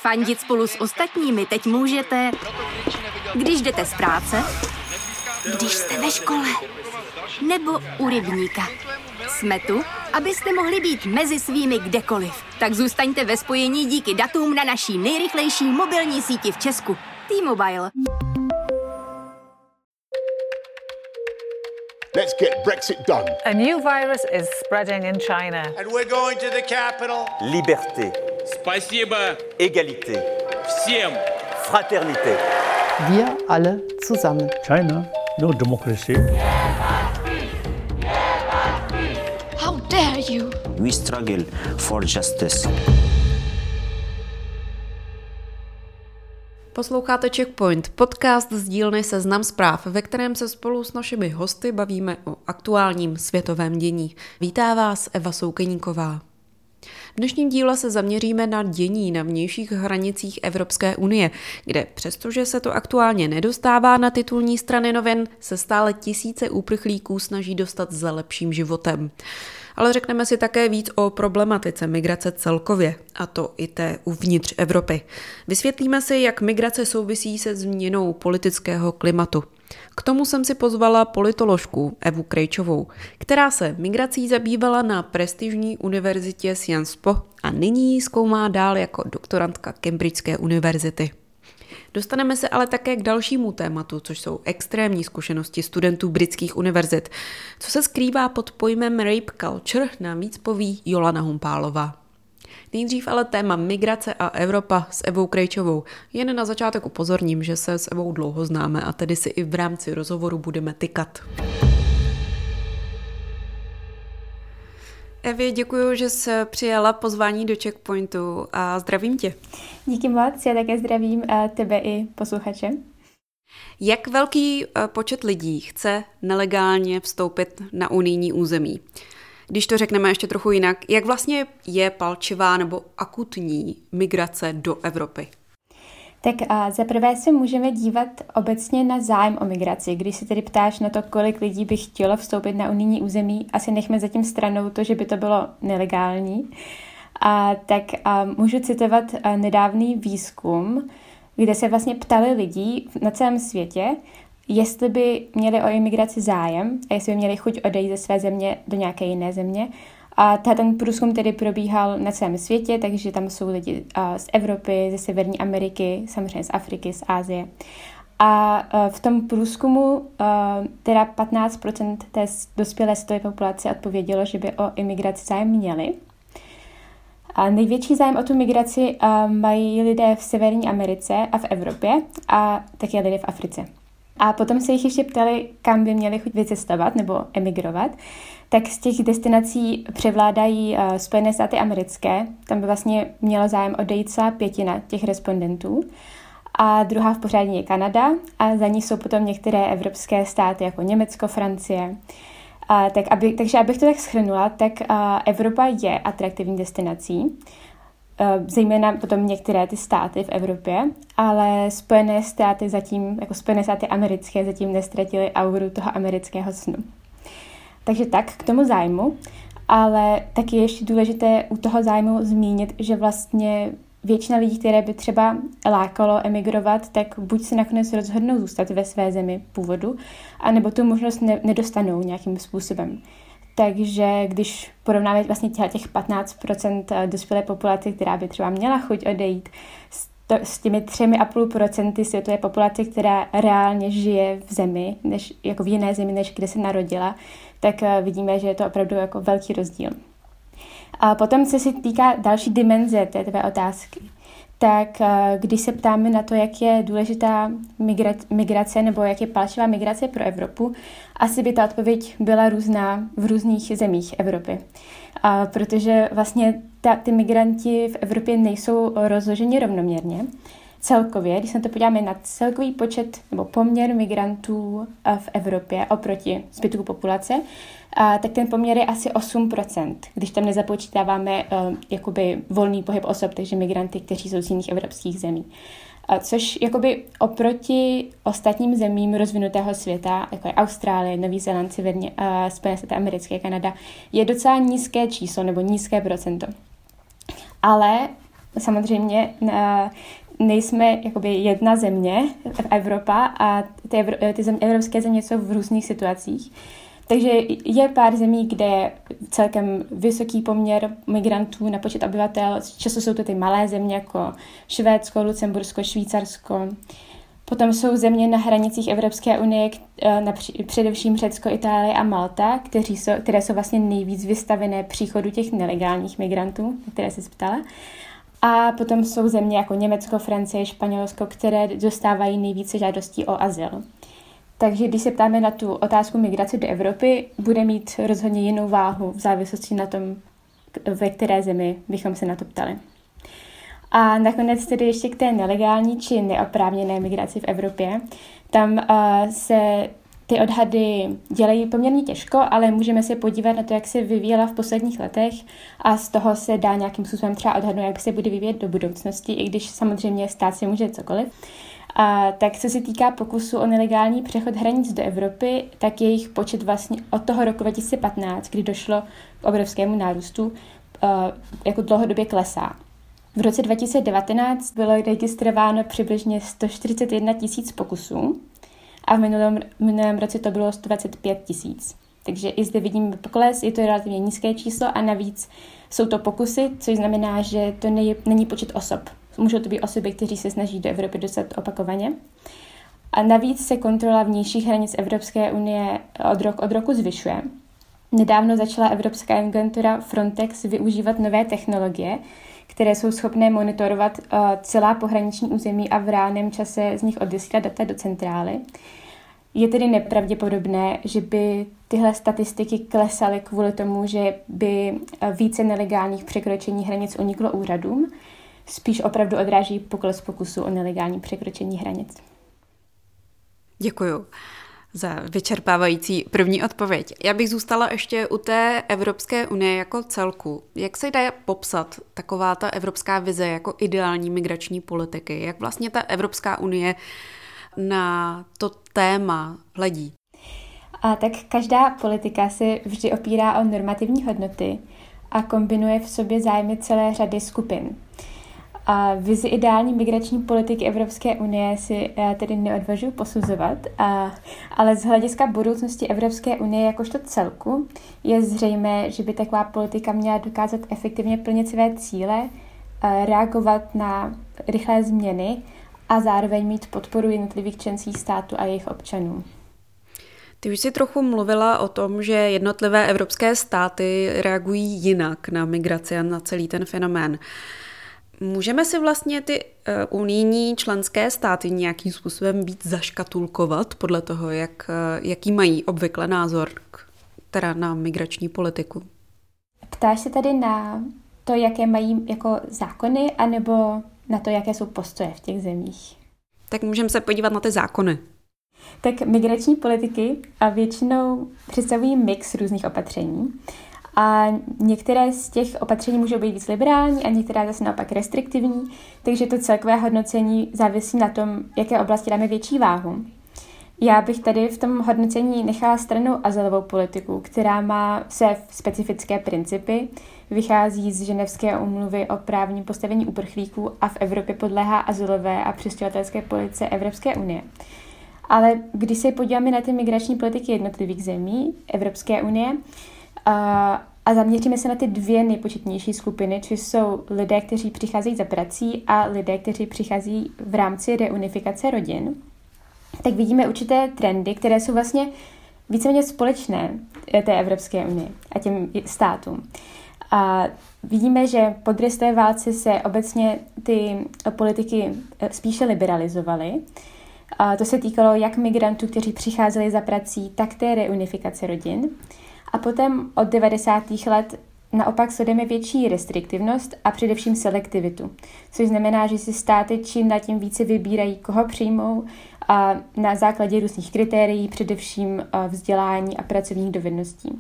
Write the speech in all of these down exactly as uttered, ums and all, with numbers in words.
Fandit spolu s ostatními teď můžete, když jdete z práce, když jste ve škole, nebo u rybníka. Jsme tu, abyste mohli být mezi svými kdekoliv. Tak zůstaňte ve spojení díky datům na naší nejrychlejší mobilní síti v Česku. T-Mobile. Let's get Brexit done. A new virus is spreading in China. And we're going to the capital. Liberté. Спасибо. Égalité. Всем. Fraternité. Wir alle zusammen. China, no democracy. How dare you? We struggle for justice. Posloucháte Checkpoint, podcast z dílny Seznam zpráv, ve kterém se spolu s našimi hosty bavíme o aktuálním světovém dění. Vítá vás Eva Soukeníková. V dnešním díle se zaměříme na dění na vnějších hranicích Evropské unie, kde přestože se to aktuálně nedostává na titulní strany novin, se stále tisíce uprchlíků snaží dostat za lepším životem. Ale řekneme si také víc o problematice migrace celkově, a to i té uvnitř Evropy. Vysvětlíme si, jak migrace souvisí se změnou politického klimatu. K tomu jsem si pozvala politoložku Evu Krejčovou, která se migrací zabývala na prestižní univerzitě Sciences Po a nyní ji zkoumá dál jako doktorantka Cambridgeské univerzity. Dostaneme se ale také k dalšímu tématu, což jsou extrémní zkušenosti studentů britských univerzit. Co se skrývá pod pojmem rape culture, nám víc poví Jolana Humpálová. Nejdřív ale téma migrace a Evropa s Evou Krejčovou. Jen na začátek upozorním, že se s Evou dlouho známe a tedy si i v rámci rozhovoru budeme tykat. Evě, děkuji, že jsi přijala pozvání do Checkpointu a zdravím tě. Díky moc, já také zdravím tebe i posluchače. Jak velký počet lidí chce nelegálně vstoupit na unijní území? Když to řekneme ještě trochu jinak, jak vlastně je palčivá nebo akutní migrace do Evropy? Tak a za prvé se můžeme dívat obecně na zájem o migraci. Když se tedy ptáš na to, kolik lidí by chtělo vstoupit na unijní území, asi nechme zatím stranou to, že by to bylo nelegální. A tak a můžu citovat nedávný výzkum, kde se vlastně ptali lidí na celém světě, jestli by měli o imigraci zájem a jestli by měli chuť odejít ze své země do nějaké jiné země. A ten průzkum tedy probíhal na celém světě, takže tam jsou lidi z Evropy, ze Severní Ameriky, samozřejmě z Afriky, z Asie. A v tom průzkumu teda patnáct procent té dospělé světové populace odpovědělo, že by o imigraci zájem měli. A největší zájem o tu migraci mají lidé v Severní Americe a v Evropě a také lidé v Africe. A potom se jich ještě ptali, kam by měli chuť vycestovat nebo emigrovat. Tak z těch destinací převládají uh, Spojené státy americké. Tam by vlastně mělo zájem odejít celá pětina těch respondentů. A druhá v pořadí je Kanada a za ní jsou potom některé evropské státy jako Německo, Francie. A tak aby, takže abych to tak shrnula, tak uh, Evropa je atraktivní destinací. Zejména potom některé ty státy v Evropě, ale Spojené státy zatím, jako Spojené státy americké, zatím nestratily auru toho amerického snu. Takže tak k tomu zájmu, ale taky je ještě důležité u toho zájmu zmínit, že vlastně většina lidí, které by třeba lákalo emigrovat, tak buď se nakonec rozhodnou zůstat ve své zemi původu, anebo tu možnost ne- nedostanou nějakým způsobem. Takže když porovnáme vlastně těch patnáct procent dospělé populace, která by třeba měla chuť odejít, s těmi tři a půl procenta světové populace, která reálně žije v zemi, než, jako v jiné zemi, než kde se narodila, tak vidíme, že je to opravdu jako velký rozdíl. A potom, co se týká další dimenze té tvé otázky, tak když se ptáme na to, jak je důležitá migrace nebo jak je palčivá migrace pro Evropu, asi by ta odpověď byla různá v různých zemích Evropy. A protože vlastně ta, ty migranti v Evropě nejsou rozloženi rovnoměrně. Celkově, když se na to podíváme na celkový počet nebo poměr migrantů v Evropě oproti zbytku populace, a tak ten poměr je asi osm procent, když tam nezapočítáváme uh, jakoby volný pohyb osob, takže migranty, kteří jsou z jiných evropských zemí. A což jakoby oproti ostatním zemím rozvinutého světa, jako je Austrálie, Nový Zéland, Severní, uh, Spojené státy americké, Kanada, je docela nízké číslo nebo nízké procento. Ale samozřejmě nejsme jakoby jedna země, Evropa, a ty, evro, ty zem, evropské země jsou v různých situacích. Takže je pár zemí, kde je celkem vysoký poměr migrantů na počet obyvatel. Často jsou to ty malé země jako Švédsko, Lucembursko, Švýcarsko. Potom jsou země na hranicích Evropské unie, napří, především Řecko, Itálie a Malta, kteří jsou, které jsou vlastně nejvíc vystavené příchodu těch nelegálních migrantů, na které se ptala. A potom jsou země jako Německo, Francie, Španělsko, které dostávají nejvíce žádostí o azyl. Takže když se ptáme na tu otázku migrace do Evropy, bude mít rozhodně jinou váhu v závislosti na tom, ve které zemi bychom se na to ptali. A nakonec tedy ještě k té nelegální či neoprávněné migraci v Evropě. Tam uh, se ty odhady dělají poměrně těžko, ale můžeme se podívat na to, jak se vyvíjela v posledních letech a z toho se dá nějakým způsobem třeba odhadnout, jak se bude vyvíjet do budoucnosti, i když samozřejmě stát se může cokoliv. A tak co se týká pokusu o nelegální přechod hranic do Evropy, tak jejich počet vlastně od toho roku dva tisíce patnáct, kdy došlo k obrovskému nárůstu, uh, jako dlouhodobě klesá. V roce dva tisíce devatenáct bylo registrováno přibližně sto čtyřicet jedna tisíc pokusů a v minulém, v minulém roce to bylo sto dvacet pět tisíc. Takže i zde vidíme pokles, je to relativně nízké číslo a navíc jsou to pokusy, což znamená, že to nej, není počet osob. Můžou to být osoby, kteří se snaží do Evropy dostat opakovaně. A navíc se kontrola vnějších hranic Evropské unie od, rok, od roku zvyšuje. Nedávno začala Evropská agentura Frontex využívat nové technologie, které jsou schopné monitorovat uh, celá pohraniční území a v reálném čase z nich odesílat data do centrály. Je tedy nepravděpodobné, že by tyhle statistiky klesaly kvůli tomu, že by více nelegálních překročení hranic uniklo úřadům. Spíš opravdu odráží pokles pokusu o nelegální překročení hranic. Děkuju za vyčerpávající první odpověď. Já bych zůstala ještě u té Evropské unie jako celku. Jak se dá popsat taková ta evropská vize jako ideální migrační politiky? Jak vlastně ta Evropská unie na to téma hledí? A tak každá politika se vždy opírá o normativní hodnoty a kombinuje v sobě zájmy celé řady skupin. A vizi ideální migrační politiky Evropské unie si já tedy neodvažuji posuzovat, a, ale z hlediska budoucnosti Evropské unie jakožto celku je zřejmé, že by taková politika měla dokázat efektivně plnit své cíle, reagovat na rychlé změny a zároveň mít podporu jednotlivých členských států a jejich občanů. Ty už si trochu mluvila o tom, že jednotlivé evropské státy reagují jinak na migraci a na celý ten fenomén. Můžeme si vlastně ty uh, unijní členské státy nějakým způsobem víc zaškatulkovat podle toho, jak, uh, jaký mají obvykle názor k, teda na migrační politiku? Ptáš se tady na to, jaké mají jako zákony, anebo na to, jaké jsou postoje v těch zemích? Tak můžeme se podívat na ty zákony. Tak migrační politiky a většinou představují mix různých opatření. A některé z těch opatření můžou být víc liberální a některé zase naopak restriktivní, takže to celkové hodnocení závisí na tom, jaké oblasti dáme větší váhu. Já bych tady v tom hodnocení nechala stranou azylovou politiku, která má své specifické principy, vychází z Ženevské úmluvy o právním postavení uprchlíků a v Evropě podléhá azylové a přistěhovatelské politice Evropské unie. Ale když se podíváme na ty migrační politiky jednotlivých zemí Evropské unie, A, a zaměříme se na ty dvě nejpočetnější skupiny, což jsou lidé, kteří přicházejí za prací a lidé, kteří přichází v rámci reunifikace rodin, tak vidíme určité trendy, které jsou vlastně víceméně společné té Evropské unii a těm státům. A vidíme, že po druhé světové válce se obecně ty politiky spíše liberalizovaly. A to se týkalo jak migrantů, kteří přicházeli za prací, tak té reunifikace rodin. A potom od devadesátých let naopak sledujeme větší restriktivnost a především selektivitu, což znamená, že si státy čím dál tím více vybírají, koho přijmou a na základě různých kritérií, především vzdělání a pracovních dovedností.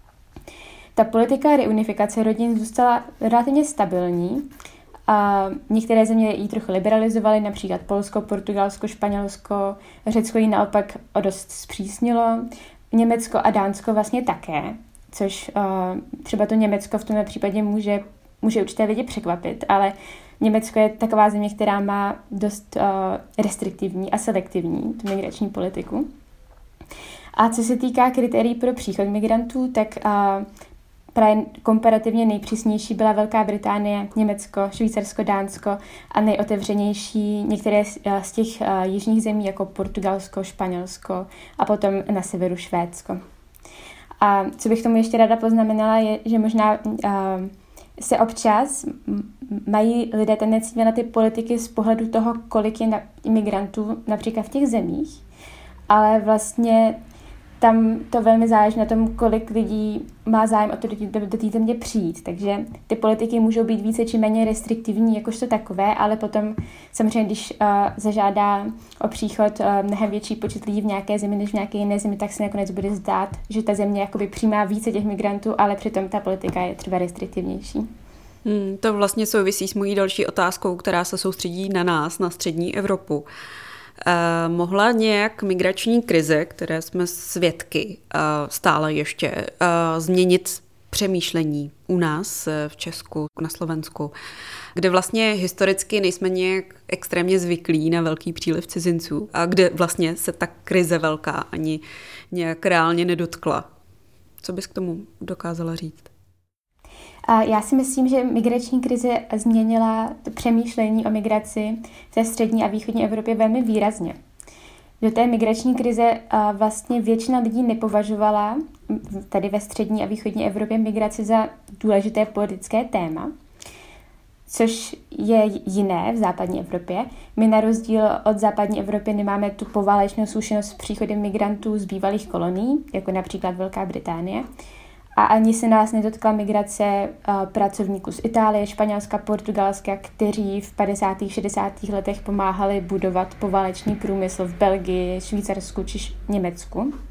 Ta politika reunifikace rodin zůstala relativně stabilní a některé země ji trochu liberalizovaly, například Polsko, Portugalsko, Španělsko, Řecko ji naopak o dost zpřísnilo, Německo a Dánsko vlastně také, což uh, třeba to Německo v tomhle případě může, může určité lidi překvapit, ale Německo je taková země, která má dost uh, restriktivní a selektivní tu migrační politiku. A co se týká kritérií pro příchod migrantů, tak uh, právě komparativně nejpřísnější byla Velká Británie, Německo, Švýcarsko, Dánsko a nejotevřenější některé z, uh, z těch uh, jižních zemí, jako Portugalsko, Španělsko a potom na severu Švédsko. A co bych tomu ještě ráda poznamenala, je, že možná uh, se občas mají lidé tendenci na ty politiky z pohledu toho, kolik je na, imigrantů například v těch zemích, ale vlastně tam to velmi záleží na tom, kolik lidí má zájem o to do, do té země přijít. Takže ty politiky můžou být více či méně restriktivní, jakožto takové, ale potom samozřejmě, když uh, zažádá o příchod uh, mnohem větší počet lidí v nějaké zemi než v nějaké jiné zemi, tak se nakonec bude zdát, že ta země jakoby přijímá více těch migrantů, ale přitom ta politika je třeba restriktivnější. Hmm, to vlastně souvisí s mojí další otázkou, která se soustředí na nás, na střední Evropu. Uh, mohla nějak migrační krize, které jsme svědky uh, stále ještě, uh, změnit přemýšlení u nás v Česku, na Slovensku, kde vlastně historicky nejsme nějak extrémně zvyklí na velký příliv cizinců a kde vlastně se ta krize velká ani nějak reálně nedotkla. Co bys k tomu dokázala říct? Já si myslím, že migrační krize změnila přemýšlení o migraci v té střední a východní Evropě velmi výrazně. Do té migrační krize vlastně většina lidí nepovažovala tady ve střední a východní Evropě migraci za důležité politické téma, což je jiné v západní Evropě. My na rozdíl od západní Evropy nemáme tu poválečnou zkušenost s příchodem migrantů z bývalých kolonií, jako například Velká Británie. A ani se nás nedotkla migrace uh, pracovníků z Itálie, Španělska, Portugalska, kteří v padesátých šedesátých letech pomáhali budovat poválečný průmysl v Belgii, Švýcarsku či Německu. Uh,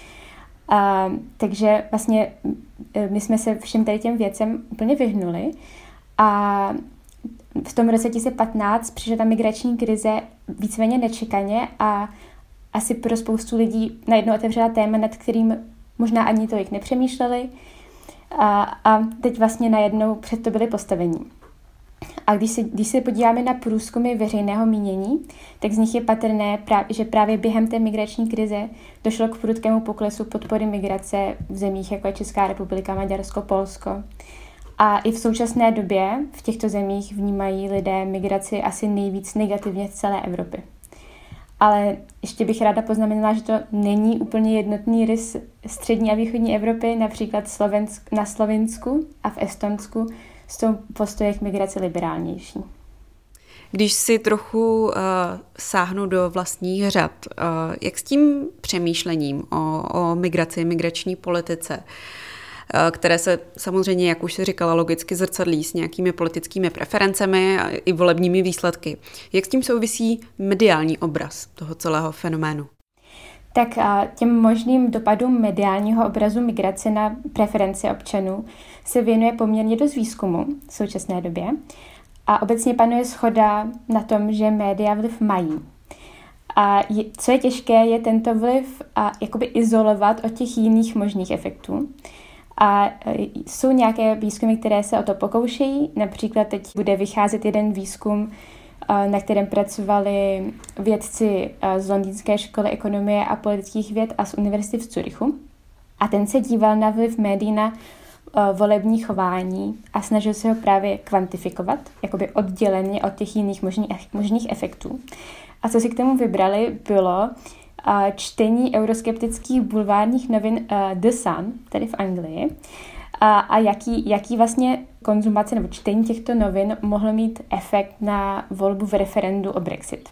takže vlastně my jsme se všem tady těm věcem úplně vyhnuli. A v tom roce dva tisíce patnáct přišla ta migrační krize víceméně nečekaně a asi pro spoustu lidí najednou otevřela téma, nad kterým možná ani tolik nepřemýšleli a, a teď vlastně najednou před to byli postavení. A když se, když se podíváme na průzkumy veřejného mínění, tak z nich je patrné, že právě během té migrační krize došlo k prudkému poklesu podpory migrace v zemích, jako je Česká republika, Maďarsko, Polsko. A i v současné době v těchto zemích vnímají lidé migraci asi nejvíc negativně z celé Evropy. Ale ještě bych ráda poznamenala, že to není úplně jednotný rys střední a východní Evropy, například Slovensk, na Slovinsku a v Estonsku jsou postoje k migraci liberálnější. Když si trochu uh, sáhnu do vlastních řad, uh, jak s tím přemýšlením o, o migraci, migrační politice, uh, které se samozřejmě, jak už si říkala, logicky zrcadlí s nějakými politickými preferencemi a i volebními výsledky. Jak s tím souvisí mediální obraz toho celého fenoménu? Tak těm možným dopadům mediálního obrazu migrace na preference občanů se věnuje poměrně dost výzkumu v současné době a obecně panuje shoda na tom, že média vliv mají. A je, co je těžké, je tento vliv a, jakoby izolovat od těch jiných možných efektů. A jsou nějaké výzkumy, které se o to pokoušejí. Například teď bude vycházet jeden výzkum, na kterém pracovali vědci z Londýnské školy ekonomie a politických věd a z univerzity v Curychu. A ten se díval na vliv médií na volební chování a snažil se ho právě kvantifikovat, jakoby odděleně od těch jiných možných, možných efektů. A co si k tomu vybrali, bylo čtení euroskeptických bulvárních novin The Sun, tady v Anglii, a, a jaký, jaký vlastně konzumace nebo čtení těchto novin mohlo mít efekt na volbu v referendu o Brexit.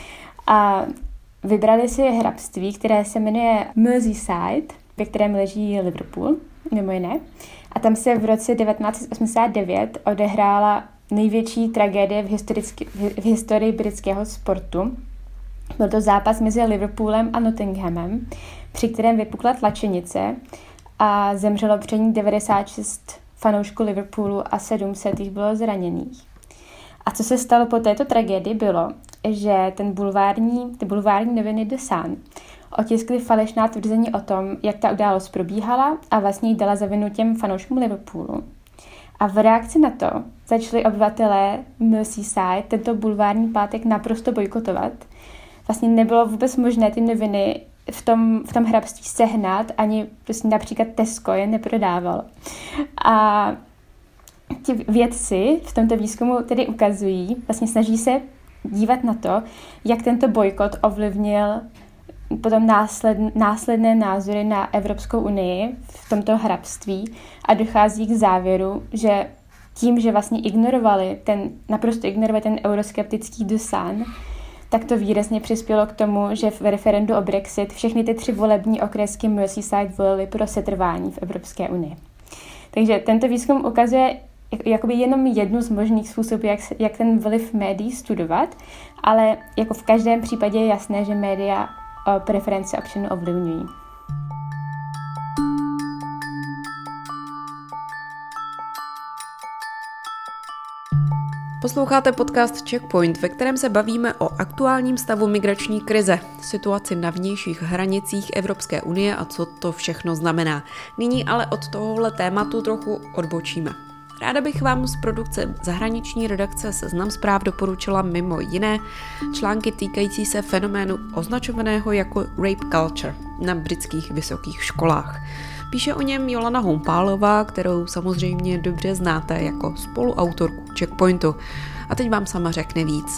A vybrali si hrabství, které se jmenuje Merseyside, ve kterém leží Liverpool, mimo jiné. A tam se v roce devatenáct osmdesát devět odehrála největší tragédie v, v historii britského sportu. Byl to zápas mezi Liverpoolem a Nottinghamem, při kterém vypukla tlačenice a zemřelo při ní devadesát šest fanoušků Liverpoolu a sedm set jich bylo zraněných. A co se stalo po této tragédii bylo, že ten bulvární, ty bulvární noviny The Sun otiskly falešná tvrzení o tom, jak ta událost probíhala a vlastně jí dala za vinu těm fanouškům Liverpoolu. A v reakci na to začali obyvatelé Merseyside tento bulvární pátek naprosto bojkotovat. Vlastně nebylo vůbec možné ty noviny v tom, v tom hrabství sehnat, ani prostě například Tesco je neprodával. A ti vědci v tomto výzkumu tedy ukazují, vlastně snaží se dívat na to, jak tento bojkot ovlivnil potom násled, následné názory na Evropskou unii v tomto hrabství a dochází k závěru, že tím, že vlastně ignorovali ten, naprosto ignorovali ten euroskeptický The Sun, tak to výrazně přispělo k tomu, že v referendu o Brexit všechny ty tři volební okresky Merseyside volily pro setrvání v Evropské unii. Takže tento výzkum ukazuje jakoby jenom jednu z možných způsobů, jak, jak ten vliv médií studovat, ale jako v každém případě je jasné, že média preference občanů ovlivňují. Posloucháte podcast Checkpoint, ve kterém se bavíme o aktuálním stavu migrační krize, situaci na vnějších hranicích Evropské unie a co to všechno znamená. Nyní ale od tohohle tématu trochu odbočíme. Ráda bych vám z produkce zahraniční redakce Seznam zpráv doporučila mimo jiné články týkající se fenoménu označovaného jako rape culture na britských vysokých školách. Píše o něm Jolana Hompálová, kterou samozřejmě dobře znáte jako spoluautorku Checkpointu. A teď vám sama řekne víc.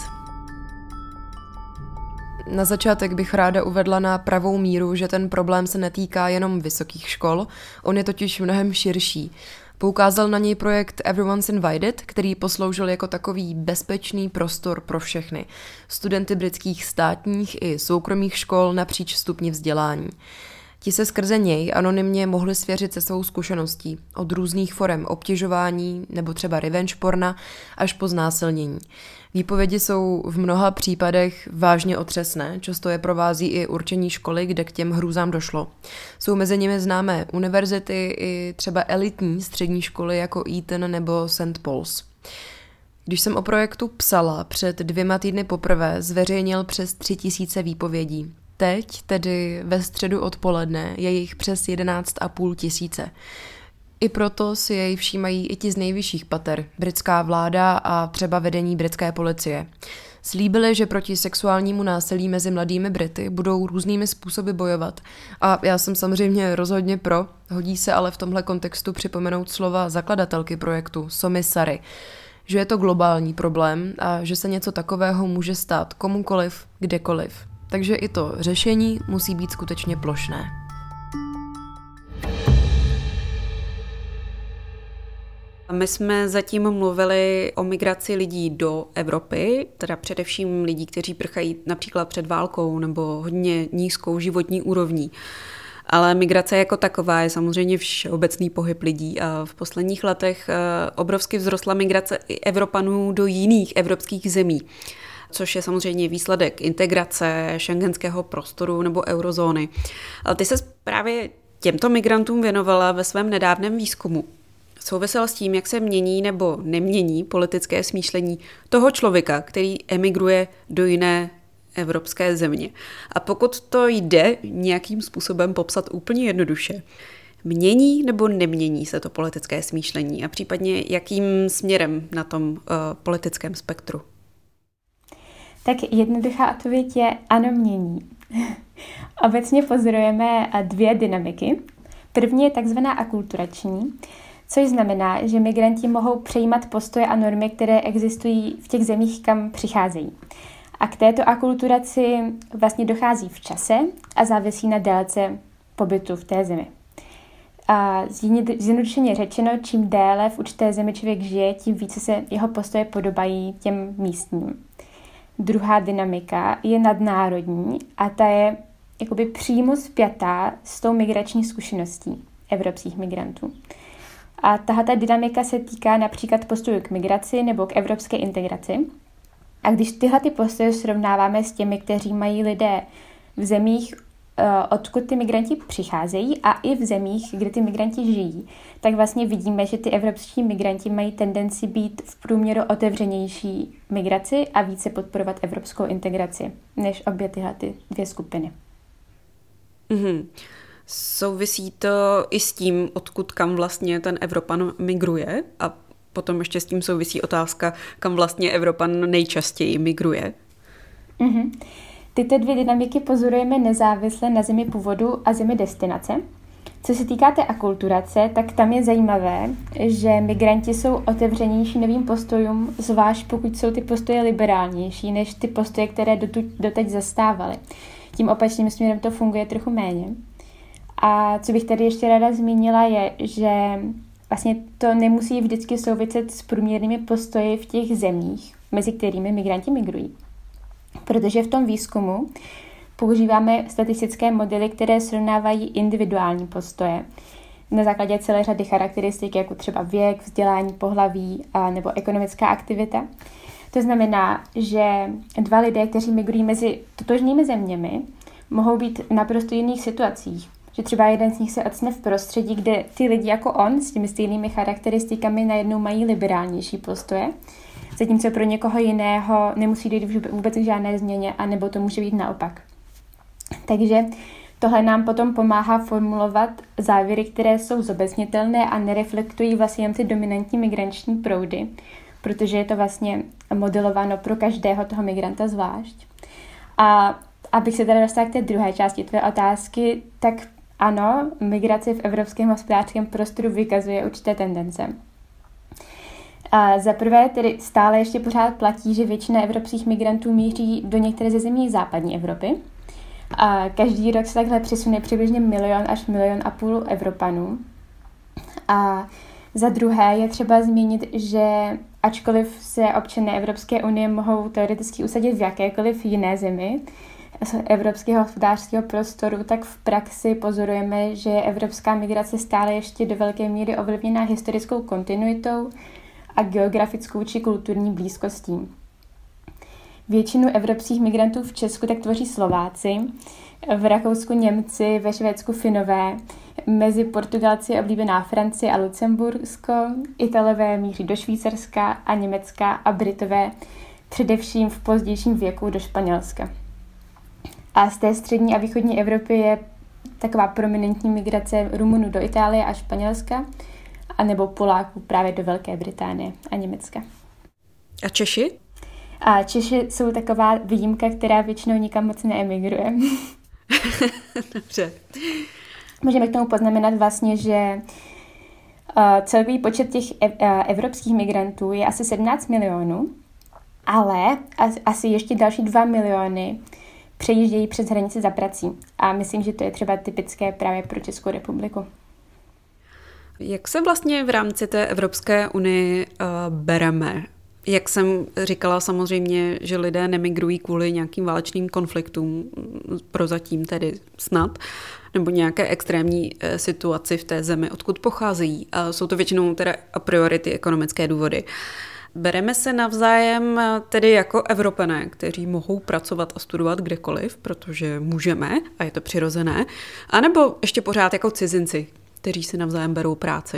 Na začátek bych ráda uvedla na pravou míru, že ten problém se netýká jenom vysokých škol, on je totiž mnohem širší. Poukázal na něj projekt Everyone's Invited, který posloužil jako takový bezpečný prostor pro všechny. Studenty britských státních i soukromých škol napříč stupni vzdělání. Ti se skrze něj anonymně mohli svěřit se svou zkušeností od různých forem obtěžování nebo třeba revenge porna až po znásilnění. Výpovědi jsou v mnoha případech vážně otřesné, často je provází i určení školy, kde k těm hrůzám došlo. Jsou mezi nimi známé univerzity i třeba elitní střední školy jako Eton nebo Saint Paul's. Když jsem o projektu psala, před dvěma týdny poprvé zveřejnil přes tři tisíce výpovědí. Teď, tedy ve středu odpoledne, je jich přes jedenáct a půl tisíce. I proto si jej všímají i ti z nejvyšších pater, britská vláda a třeba vedení britské policie. Slíbili, že proti sexuálnímu násilí mezi mladými Brity budou různými způsoby bojovat. A já jsem samozřejmě rozhodně pro, hodí se ale v tomhle kontextu připomenout slova zakladatelky projektu, Somy Sary, že je to globální problém a že se něco takového může stát komukoliv, kdekoliv. Takže i to řešení musí být skutečně plošné. My jsme zatím mluvili o migraci lidí do Evropy, teda především lidí, kteří prchají například před válkou nebo hodně nízkou životní úrovní. Ale migrace jako taková je samozřejmě všeobecný pohyb lidí a v posledních letech obrovsky vzrostla migrace i Evropanů do jiných evropských zemí, což je samozřejmě výsledek integrace šengenského prostoru nebo eurozóny. Ale ty se právě těmto migrantům věnovala ve svém nedávném výzkumu. Souvisel s tím, jak se mění nebo nemění politické smýšlení toho člověka, který emigruje do jiné evropské země. A pokud to jde nějakým způsobem popsat úplně jednoduše, mění nebo nemění se to politické smýšlení a případně jakým směrem na tom uh, politickém spektru? Tak jednoduchá odpověď je ano, mění. Obecně pozorujeme dvě dynamiky. První je takzvaná akulturační, což znamená, že migranti mohou přejímat postoje a normy, které existují v těch zemích, kam přicházejí. A k této akulturaci vlastně dochází v čase a závisí na délce pobytu v té zemi. A zjednodušeně řečeno, čím déle v určité zemi člověk žije, tím více se jeho postoje podobají těm místním. Druhá dynamika je nadnárodní a ta je jakoby přímo spjatá s tou migrační zkušeností evropských migrantů. A tahle dynamika se týká například postojů k migraci nebo k evropské integraci. A když tyhle ty postoje srovnáváme s těmi, kteří mají lidé v zemích, odkud ty migranti přicházejí a i v zemích, kde ty migranti žijí, tak vlastně vidíme, že ty evropští migranti mají tendenci být v průměru otevřenější migraci a více podporovat evropskou integraci, než obě tyhle ty dvě skupiny. Mm-hmm. Souvisí to i s tím, odkud kam vlastně ten Evropan migruje a potom ještě s tím souvisí otázka, kam vlastně Evropan nejčastěji migruje. Mm-hmm. Tyto dvě dynamiky pozorujeme nezávisle na zemi původu a zemi destinace. Co se týká té akulturace, tak tam je zajímavé, že migranti jsou otevřenější novým postojům, zvlášť pokud jsou ty postoje liberálnější než ty postoje, které doteď zastávaly. Tím opačným směrem to funguje trochu méně. A co bych tady ještě ráda zmínila je, že vlastně to nemusí vždycky souviset s průměrnými postoji v těch zemích, mezi kterými migranti migrují. Protože v tom výzkumu používáme statistické modely, které srovnávají individuální postoje na základě celé řady charakteristik, jako třeba věk, vzdělání, pohlaví a nebo ekonomická aktivita. To znamená, že dva lidé, kteří migrují mezi totožnými zeměmi, mohou být v naprosto jiných situacích. Že třeba jeden z nich se ocitne v prostředí, kde ty lidi jako on s těmi stejnými charakteristikami najednou mají liberálnější postoje, zatímco pro někoho jiného nemusí dojít vůbec k žádné změně, anebo to může být naopak. Takže tohle nám potom pomáhá formulovat závěry, které jsou zobecnitelné a nereflektují vlastně jen ty dominantní migranční proudy, protože je to vlastně modelováno pro každého toho migranta zvlášť. A abych se teda dostala k té druhé části tvé otázky, tak ano, migrace v evropském hospodářském prostoru vykazuje určité tendence. A za prvé tedy stále ještě pořád platí, že většina evropských migrantů míří do některé ze zemí západní Evropy. A každý rok se takhle přesune přibližně milion až milion a půl Evropanů. A za druhé je třeba zmínit, že ačkoliv se občané Evropské unie mohou teoreticky usadit v jakékoliv jiné zemi z evropského hospodářského prostoru, tak v praxi pozorujeme, že je evropská migrace stále ještě do velké míry ovlivněná historickou kontinuitou a geografickou či kulturní blízkostí. Většinu evropských migrantů v Česku tak tvoří Slováci, v Rakousku Němci, ve Švédsku Finové, mezi Portugalci je oblíbená Francie a Lucembursko, Italové míří do Švýcarska a Německa a Britové především v pozdějším věku do Španělska. A z té střední a východní Evropy je taková prominentní migrace Rumunů do Itálie a Španělska, anebo Poláků právě do Velké Británie a Německa. A Češi? A Češi jsou taková výjimka, která většinou nikam moc neemigruje. Dobře. Můžeme k tomu poznamenat vlastně, že uh, celkový počet těch ev- uh, evropských migrantů je asi sedmnáct milionů, ale as- asi ještě další dva miliony přejíždějí přes hranice za prací. A myslím, že to je třeba typické právě pro Českou republiku. Jak se vlastně v rámci té Evropské unie uh, bereme? Jak jsem říkala, samozřejmě, že lidé nemigrují kvůli nějakým válečným konfliktům, prozatím tedy snad, nebo nějaké extrémní situaci v té zemi, odkud pocházejí. A jsou to většinou teda a priori ty ekonomické důvody. Bereme se navzájem tedy jako Evropané, kteří mohou pracovat a studovat kdekoliv, protože můžeme a je to přirozené, anebo ještě pořád jako cizinci, kteří si navzájem berou práci.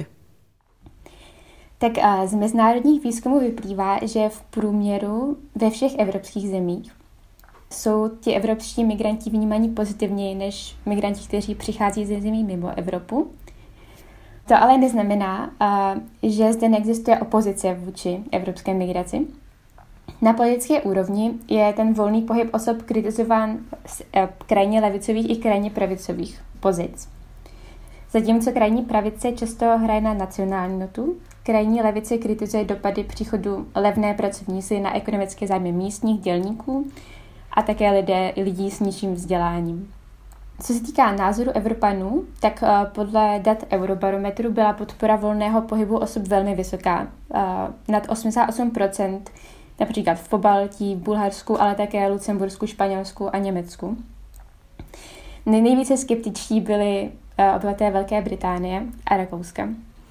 Tak z mezinárodních výzkumů vyplývá, že v průměru ve všech evropských zemích jsou ti evropští migranti vnímaní pozitivněji než migranti, kteří přichází ze zemí mimo Evropu. To ale neznamená, že zde neexistuje opozice vůči evropské migraci. Na politické úrovni je ten volný pohyb osob kritizován z krajně levicových i krajně pravicových pozic. Zatímco krajní pravice často hraje na nacionální notu, krajní levice kritizuje dopady příchodu levné pracovní síly na ekonomické zájmy místních dělníků a také lidé, lidí s nižším vzděláním. Co se týká názoru Evropanů, tak podle dat Eurobarometru byla podpora volného pohybu osob velmi vysoká, nad osmdesát osm procent, například v Pobaltí, Bulharsku, ale také Lucembursku, Španělsku a Německu. Nejvíce skeptičtí byli obyvatelé Velké Británie a Rakouska.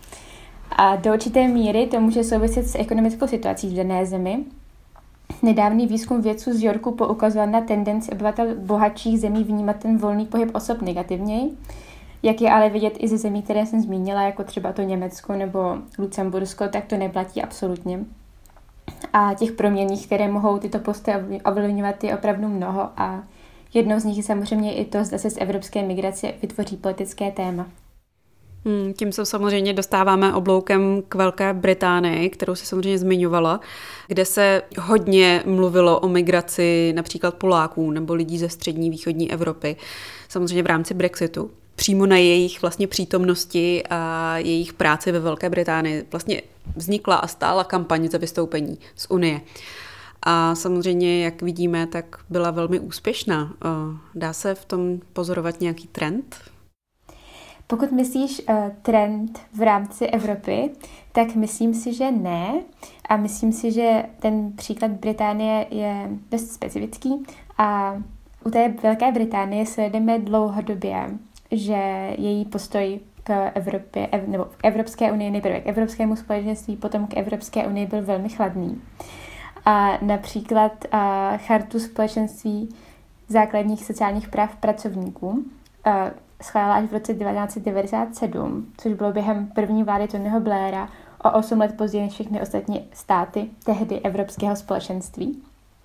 A do určité míry to může souviset s ekonomickou situací v dané zemi. Nedávný výzkum vědců z Yorku poukazoval na tendenci obyvatel bohatších zemí vnímat ten volný pohyb osob negativněji, jak je ale vidět i ze zemí, které jsem zmínila, jako třeba to Německo nebo Lucembursko, tak to neplatí absolutně. A těch proměnných, které mohou tyto postoje ovlivňovat, je opravdu mnoho a jednou z nich je samozřejmě i to, zda se z evropské migrace vytvoří politické téma. Hmm, tím se samozřejmě dostáváme obloukem k Velké Británii, kterou si samozřejmě zmiňovala, kde se hodně mluvilo o migraci například Poláků nebo lidí ze střední východní Evropy, samozřejmě v rámci Brexitu. Přímo na jejich vlastně přítomnosti a jejich práci ve Velké Británii vlastně vznikla a stála kampaň za vystoupení z Unie. A samozřejmě, jak vidíme, tak byla velmi úspěšná. Dá se v tom pozorovat nějaký trend? Pokud myslíš uh, trend v rámci Evropy, tak myslím si, že ne. A myslím si, že ten příklad Británie je dost specifický. A u té Velké Británie sledujeme dlouhodobě, že její postoj k Evropě, ev, nebo k Evropské unii, nejprve k Evropskému společenství, potom k Evropské unii byl velmi chladný. A například uh, Chartu společenství základních sociálních práv pracovníků uh, schválila až v roce devatenáct set devadesát sedm, což bylo během první vlády Tonyho Blaira, o osm let později než všechny ostatní státy tehdy Evropského společenství.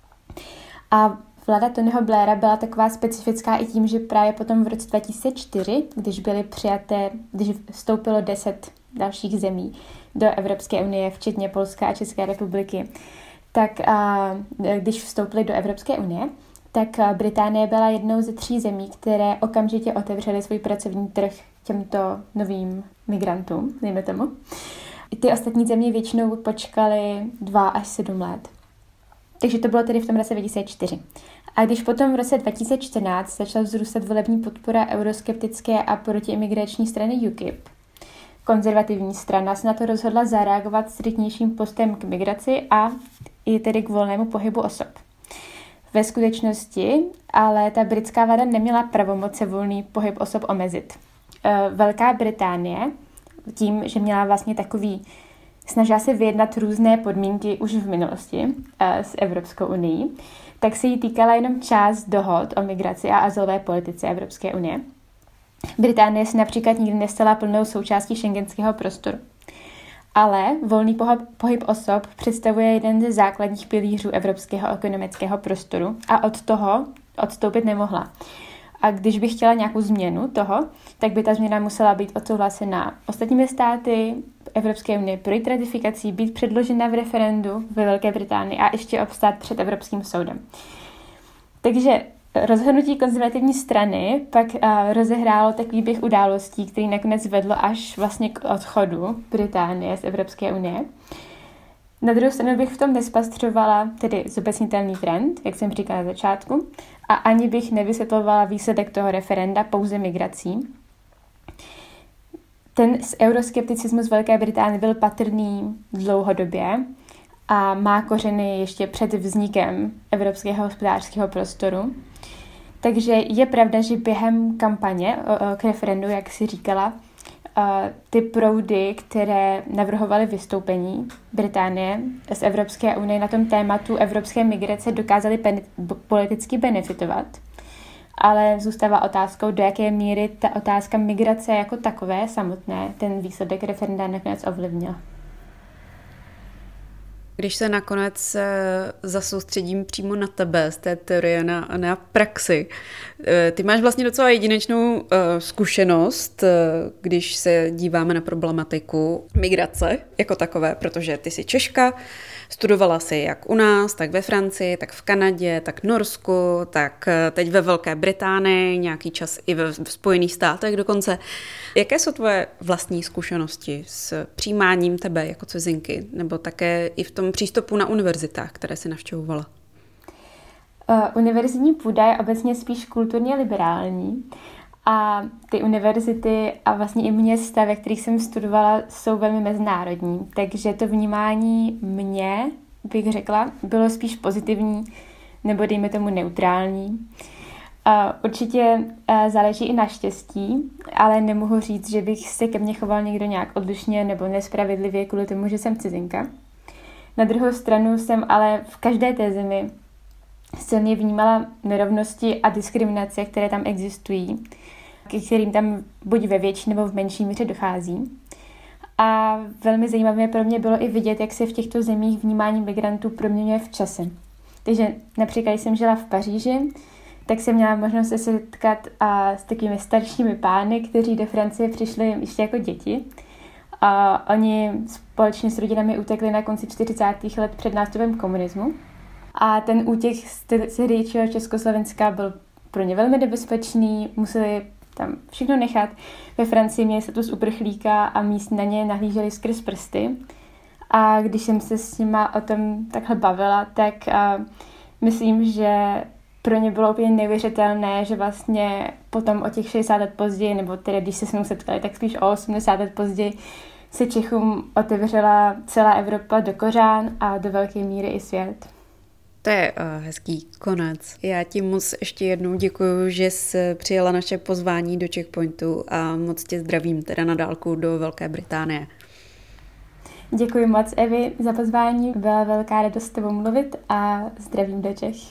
A vláda Tonyho Blaira byla taková specifická i tím, že právě potom v roce dva tisíce čtyři, když byly přijaté, když vstoupilo deset dalších zemí do Evropské unie, včetně Polska a České republiky, tak a, když vstoupily do Evropské unie, tak Británie byla jednou ze tří zemí, které okamžitě otevřely svůj pracovní trh těmto novým migrantům, dejme tomu. Ty ostatní země většinou počkaly dva až sedm let. Takže to bylo tedy v tom roce dva tisíce čtyři. A když potom v roce dva tisíce čtrnáct začala vzrůstat volební podpora euroskeptické a protiimigrační strany U K I P, konzervativní strana se na to rozhodla zareagovat striktnějším postem k migraci a i tedy k volnému pohybu osob. Ve skutečnosti ale ta britská vláda neměla pravomoc volný pohyb osob omezit. Velká Británie tím, že měla vlastně takový, snažila se vyjednat různé podmínky už v minulosti s Evropskou unií, tak se jí týkala jenom část dohod o migraci a azylové politice Evropské unie. Británie se například nikdy nestala plnou součástí schengenského prostoru. Ale volný pohyb, pohyb osob představuje jeden ze základních pilířů evropského ekonomického prostoru a od toho odstoupit nemohla. A když by chtěla nějakou změnu toho, tak by ta změna musela být odsouhlasena ostatními státy Evropské unie, projít ratifikací, být předložena v referendu ve Velké Británii a ještě obstát před Evropským soudem. Takže rozhodnutí konzervativní strany pak uh, rozehrálo takový běh událostí, který nakonec vedlo až vlastně k odchodu Británie z Evropské unie. Na druhou stranu bych v tom nespastřovala tedy zobecnitelný trend, jak jsem říkala na začátku, a ani bych nevysvětlovala výsledek toho referenda pouze migrací. Ten euroskepticismus Velké Británie byl patrný dlouhodobě a má kořeny ještě před vznikem Evropského hospodářského prostoru. Takže je pravda, že během kampaně k referendu, jak si říkala, ty proudy, které navrhovaly vystoupení Británie z Evropské unie na tom tématu evropské migrace, dokázaly pen- politicky benefitovat. Ale zůstává otázkou, do jaké míry ta otázka migrace jako takové samotné ten výsledek referenda nakonec ovlivnila. Když se nakonec zasoustředím přímo na tebe z té teorie na, na praxi, ty máš vlastně docela jedinečnou zkušenost, když se díváme na problematiku migrace jako takové, protože ty jsi Češka, studovala jsi jak u nás, tak ve Francii, tak v Kanadě, tak v Norsku, tak teď ve Velké Británii, nějaký čas i ve Spojených státech dokonce. Jaké jsou tvoje vlastní zkušenosti s přijímáním tebe jako cizinky, nebo také i v tom přístupu na univerzitách, které jsi navštěvovala? Uh, univerzitní půda je obecně spíš kulturně liberální a ty univerzity a vlastně i města, ve kterých jsem studovala, jsou velmi mezinárodní, takže to vnímání mě, bych řekla, bylo spíš pozitivní nebo dejme tomu neutrální. Uh, určitě uh, záleží i na štěstí, ale nemohu říct, že bych se ke mně choval někdo nějak odlišně nebo nespravedlivě kvůli tomu, že jsem cizinka. Na druhou stranu jsem ale v každé té zemi silně vnímala nerovnosti a diskriminace, které tam existují, k kterým tam buď ve větší nebo v menší míře dochází. A velmi zajímavé pro mě bylo i vidět, jak se v těchto zemích vnímání migrantů proměňuje v čase. Takže například, když jsem žila v Paříži, tak jsem měla možnost se setkat a s takovými staršími pány, kteří do Francie přišli ještě jako děti. A oni společně s rodinami utekli na konci čtyřicátých let před nástupem komunismu. A ten útěk z tehdejšího Československa byl pro ně velmi nebezpečný, museli tam všechno nechat. Ve Francii měli status uprchlíka a míst na ně nahlíželi skrz prsty. A když jsem se s nima o tom takhle bavila, tak uh, myslím, že pro ně bylo úplně neuvěřitelné, že vlastně potom o těch šedesát let později, nebo tedy když se s mnou setkali, tak spíš o osmdesát let později, se Čechům otevřela celá Evropa do kořán a do velké míry i svět. To je uh, hezký konec. Já ti moc ještě jednou děkuju, že jsi přijela naše pozvání do Checkpointu a moc tě zdravím teda na dálku do Velké Británie. Děkuji moc, Evi, za pozvání. Byla velká radost s tebou mluvit a zdravím do Čech.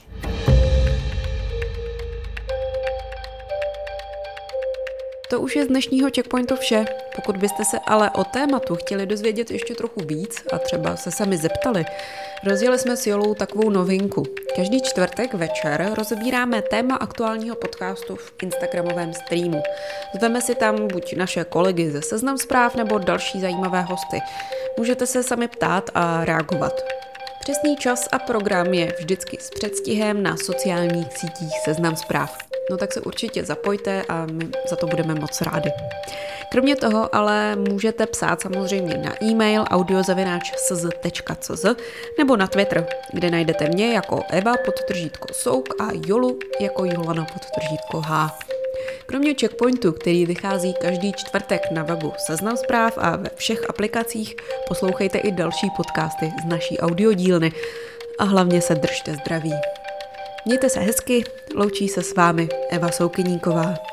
To už je z dnešního Checkpointu vše. Pokud byste se ale o tématu chtěli dozvědět ještě trochu víc a třeba se sami zeptali, rozjeli jsme s Jolou takovou novinku. Každý čtvrtek večer rozebíráme téma aktuálního podcastu v instagramovém streamu. Zveme si tam buď naše kolegy ze Seznam Zpráv nebo další zajímavé hosty. Můžete se sami ptát a reagovat. Přesný čas a program je vždycky s předstihem na sociálních sítích Seznam Zpráv. No tak se určitě zapojte a my za to budeme moc rádi. Kromě toho ale můžete psát samozřejmě na e-mail audio zavináč s z tečka c z nebo na Twitter, kde najdete mě jako Eva podtržítko Souk a Jolu jako Jolana podtržítko H. Kromě Checkpointu, který vychází každý čtvrtek na webu Seznam Zpráv a ve všech aplikacích, poslouchejte i další podcasty z naší audiodílny a hlavně se držte zdraví. Mějte se hezky, loučí se s vámi Eva Soukyníková.